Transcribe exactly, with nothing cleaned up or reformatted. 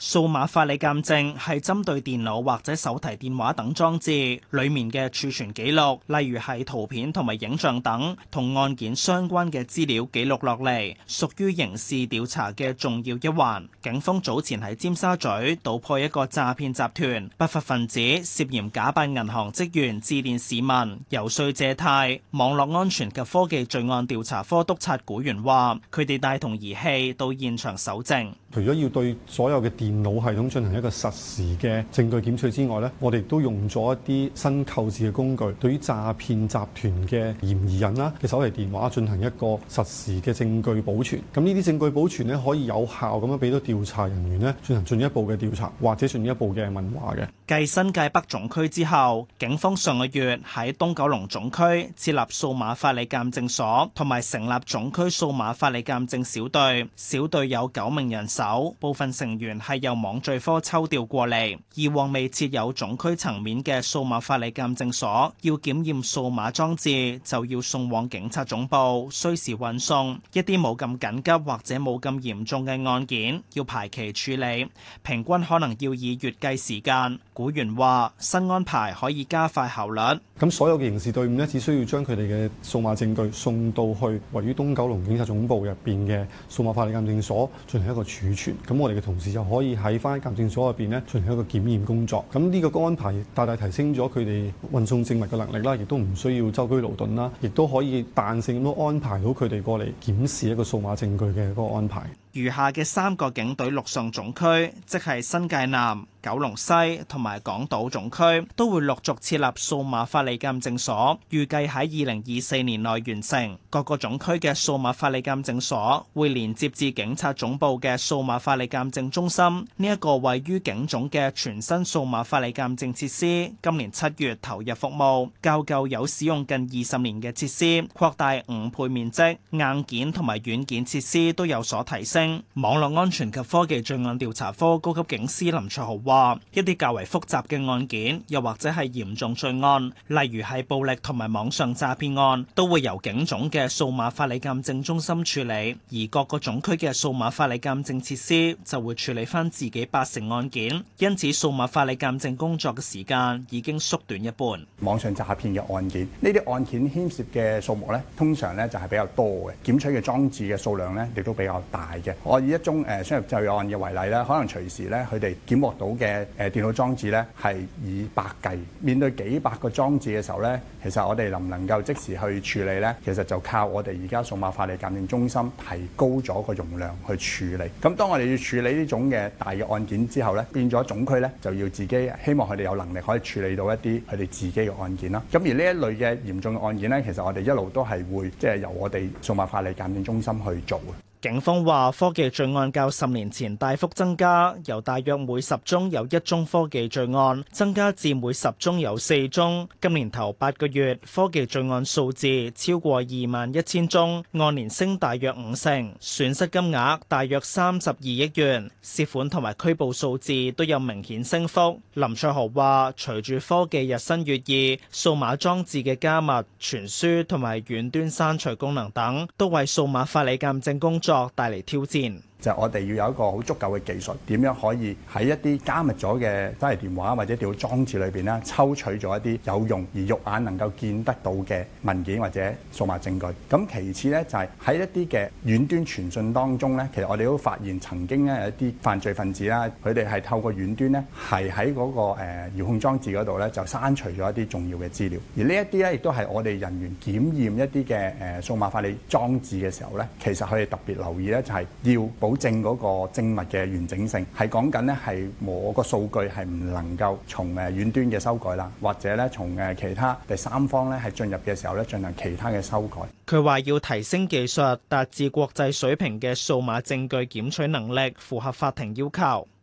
數碼法理鑑證係針對電腦或者手提電話等裝置裡面嘅儲存記錄，例如係圖片同埋影像等同案件相關嘅資料記錄落嚟，屬於刑事調查嘅重要一環。警方早前喺尖沙咀搗破一個詐騙集團，不法分子涉嫌假扮銀行職員致電市民遊說借貸。網絡安全及科技罪案調查科督察古元話，佢哋帶同儀器到現場搜證。 除咗要對所有嘅電腦系統進行一個實時嘅證據檢取之外咧，我哋都用咗一啲新購置嘅工具，對於詐騙集團嘅嫌疑人啦嘅手提電話進行一個實時嘅證據保存。咁呢啲證據保存咧，可以有效咁樣俾到調查人員咧進行進一步嘅調查或者進一步嘅問話嘅。 繼新界北總區之後，警方上個月喺東九龍總區設立數碼法理鑑證所，同埋成立總區數碼法理鑑證小隊。小隊有九名人手，部分成員係由網罪科抽調過嚟。以往未設有總區層面嘅數碼法理鑑證所，要檢驗數碼裝置就要送往警察總部，需時運送。一啲冇咁緊急或者冇咁嚴重嘅案件，要排期處理，平均可能要以月計時間。古元話：新安排可以加快效率。 咁所有嘅刑事隊伍咧，只需要將佢哋嘅數碼證據送到去位於東九龍警察總部入邊嘅數碼法理鑑證所進行一個儲存。咁我哋嘅同事就可以喺翻鑑證所入邊咧進行一個檢驗工作。咁呢個安排大大提升咗佢哋運送證物嘅能力啦，亦都唔需要舟車勞頓啦，亦都可以彈性咁安排到佢哋過嚟檢視一個數碼證據嘅嗰個安排。 餘下嘅三個警隊陸上總區，即係新界南、九龍西同埋港島總區，都會陸續設立數碼法理鑑證所，預計喺二零二四年內完成。各個總區嘅數碼法理鑑證所會連接至警察總部嘅數碼法理鑑證中心。呢一個位於警總嘅全新數碼法理鑑證設施，今年七月投入服務，較舊有使用近二十年嘅設施擴大五倍面積，硬件同埋軟件設施都有所提升。網絡安全及科技罪案調查科高級警司林卓豪話：一啲較為複雜嘅案件，又或者係嚴重罪案，例如係暴力同埋網上詐騙案，都會由警總嘅數碼法理鑑證中心處理，而各個總區嘅數碼法理鑑證設施就會處理翻自己八成案件，因此數碼法理鑑證工作嘅時間已經縮短一半。 網上詐騙嘅案件，呢啲案件牽涉嘅數目咧，通常咧就係比較多嘅，檢取嘅裝置嘅數量咧，亦都比較大嘅。我以一宗誒商業罪案嘅為例咧，可能隨時咧佢哋檢獲到嘅誒電腦裝置咧係以百計，面對幾百個裝置嘅時候咧，其實我哋能唔能夠即時去處理咧？其實就靠我哋而家數碼法理鑑證中心提高咗個容量去處理。咁當我哋要處理呢種嘅大嘅案件之後咧，變咗總區咧就要自己希望佢哋有能力可以處理到一啲佢哋自己嘅案件啦。咁而呢一類嘅嚴重嘅案件咧，其實我哋一路都係會即係由我哋數碼法理鑑證中心去做嘅。 警方話科技罪案較十年前大幅增加，由大約每十宗有一宗科技罪案，增加至每十宗有四宗。今年頭八個月，科技罪案數字超過二萬一千宗，按年升大約五成，損失金額大約三十二億元，涉款同埋拘捕數字都有明顯升幅。林卓豪話：隨住科技日新月異，數碼裝置嘅加密、傳輸同埋遠端刪除功能等，都為數碼法理鑑證工作帶嚟挑戰。 就係我哋要有一個好足夠嘅技術，點樣可以喺一啲加密咗嘅手提電話或者電腦裝置裏邊咧，抽取咗一啲有用而肉眼能夠見得到嘅文件或者數碼證據。咁其次咧，就係喺一啲嘅遠端傳訊當中咧，其實我哋都發現曾經咧有一啲犯罪分子啦，佢哋係透過遠端咧，係喺嗰個誒遙控裝置嗰度咧，就刪除咗一啲重要嘅資料。而呢一啲咧，亦都係我哋人員檢驗一啲嘅誒數碼法理裝置嘅時候咧，其實佢哋特別留意咧，就係要保保證嗰個證物嘅完整性，係講緊呢係我個數據係唔能夠從誒遠端嘅修改啦，或者咧從誒其他第三方咧係進入嘅時候咧進行其他嘅修改。 佢話要提升技術，達至國際水平嘅數碼證據檢取能力，符合法庭要求。